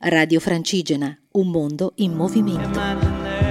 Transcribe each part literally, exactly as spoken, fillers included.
Radio Francigena, un mondo in movimento.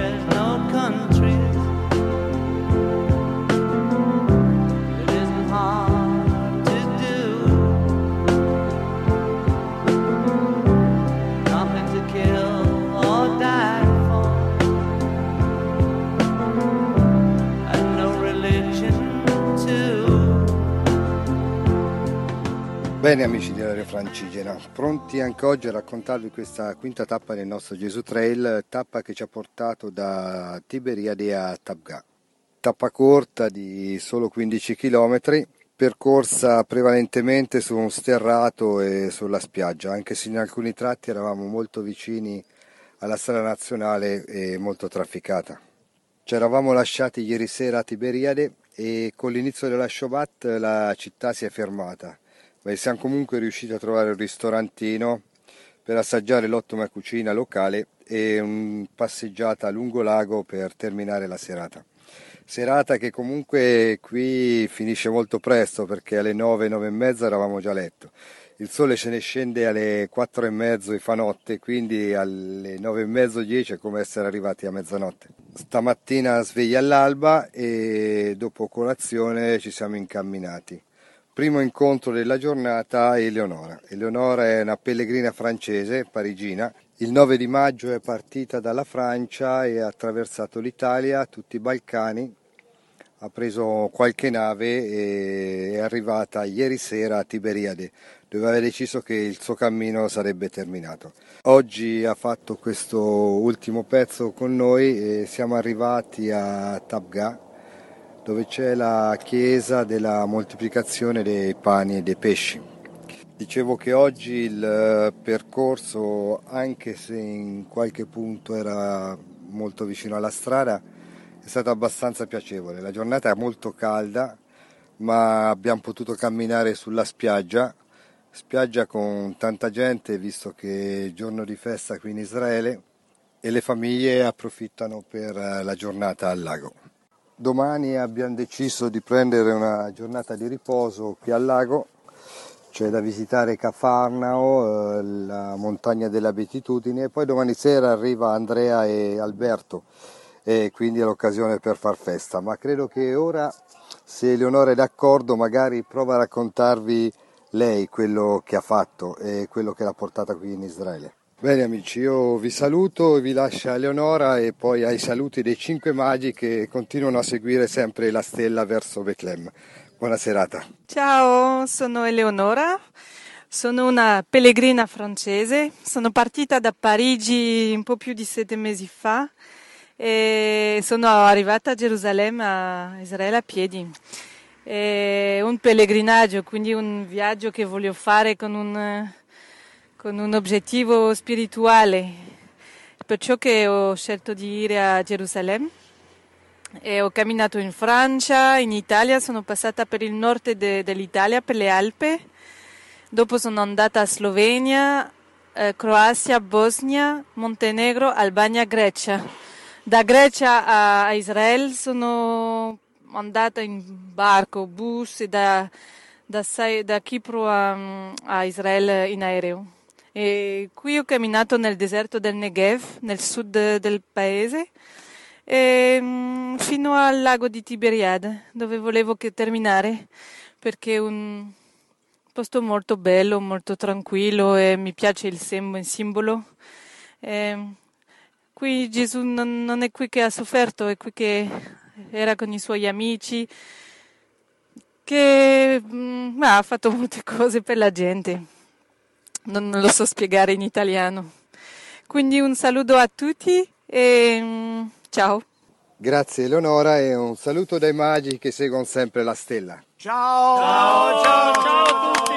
Bene amici di Radio Francigena, pronti anche oggi a raccontarvi questa quinta tappa del nostro Gesù Trail, tappa che ci ha portato da Tiberiade a Tabgha. Tappa corta di solo quindici chilometri, percorsa prevalentemente su un sterrato e sulla spiaggia, anche se in alcuni tratti eravamo molto vicini alla strada nazionale e molto trafficata. Ci eravamo lasciati ieri sera a Tiberiade e con l'inizio della Shabbat la città si è fermata. Ma siamo comunque riusciti a trovare un ristorantino per assaggiare l'ottima cucina locale e una passeggiata lungo lago per terminare la serata. Serata che comunque qui finisce molto presto perché alle nove, nove e mezza eravamo già a letto. Il sole ce ne scende alle quattro e mezzo e fa notte, quindi alle nove e mezzo, dieci è come essere arrivati a mezzanotte. Stamattina sveglia all'alba e dopo colazione ci siamo incamminati. Primo incontro della giornata Eleonora. Eleonora è una pellegrina francese, parigina. Il nove di maggio è partita dalla Francia e ha attraversato l'Italia, tutti i Balcani, ha preso qualche nave e è arrivata ieri sera a Tiberiade, dove aveva deciso che il suo cammino sarebbe terminato. Oggi ha fatto questo ultimo pezzo con noi e siamo arrivati a Tabgha, dove c'è la chiesa della moltiplicazione dei pani e dei pesci. Dicevo che oggi il percorso, anche se in qualche punto era molto vicino alla strada, è stato abbastanza piacevole. La giornata è molto calda, ma abbiamo potuto camminare sulla spiaggia, spiaggia con tanta gente, visto che è giorno di festa qui in Israele, e le famiglie approfittano per la giornata al lago. Domani abbiamo deciso di prendere una giornata di riposo qui al lago, cioè da visitare Cafarnao, la montagna delle Beatitudini, e poi domani sera arriva Andrea e Alberto e quindi è l'occasione per far festa. Ma credo che ora, se Eleonora è d'accordo, magari prova a raccontarvi lei quello che ha fatto e quello che l'ha portata qui in Israele. Bene amici, io vi saluto e vi lascio a Eleonora e poi ai saluti dei cinque magi che continuano a seguire sempre la stella verso Betlemme. Buona serata. Ciao, sono Eleonora, sono una pellegrina francese, sono partita da Parigi un po' più di sette mesi fa e sono arrivata a Gerusalemme, a Israele a piedi. È un pellegrinaggio, quindi un viaggio che voglio fare con un... con un obiettivo spirituale, perciò che ho scelto di ir a Gerusalemme e ho camminato in Francia, in Italia, sono passata per il nord de- dell'Italia, per le Alpi, dopo sono andata a Slovenia, eh, Croazia, Bosnia, Montenegro, Albania, Grecia. Da Grecia a, a Israele sono andata in barco, bus e da, da, da Kipro a, a Israele in aereo. E qui ho camminato nel deserto del Negev, nel sud del paese, e, um, fino al lago di Tiberiade, dove volevo che terminare, perché è un posto molto bello, molto tranquillo e mi piace il simbolo. E, qui Gesù non, non è qui che ha sofferto, è qui che era con i suoi amici, che um, ha fatto molte cose per la gente. Non lo so spiegare in italiano. Quindi un saluto a tutti e um, ciao. Grazie Eleonora e un saluto dai magi che seguono sempre la stella. Ciao! Ciao, ciao, ciao a tutti!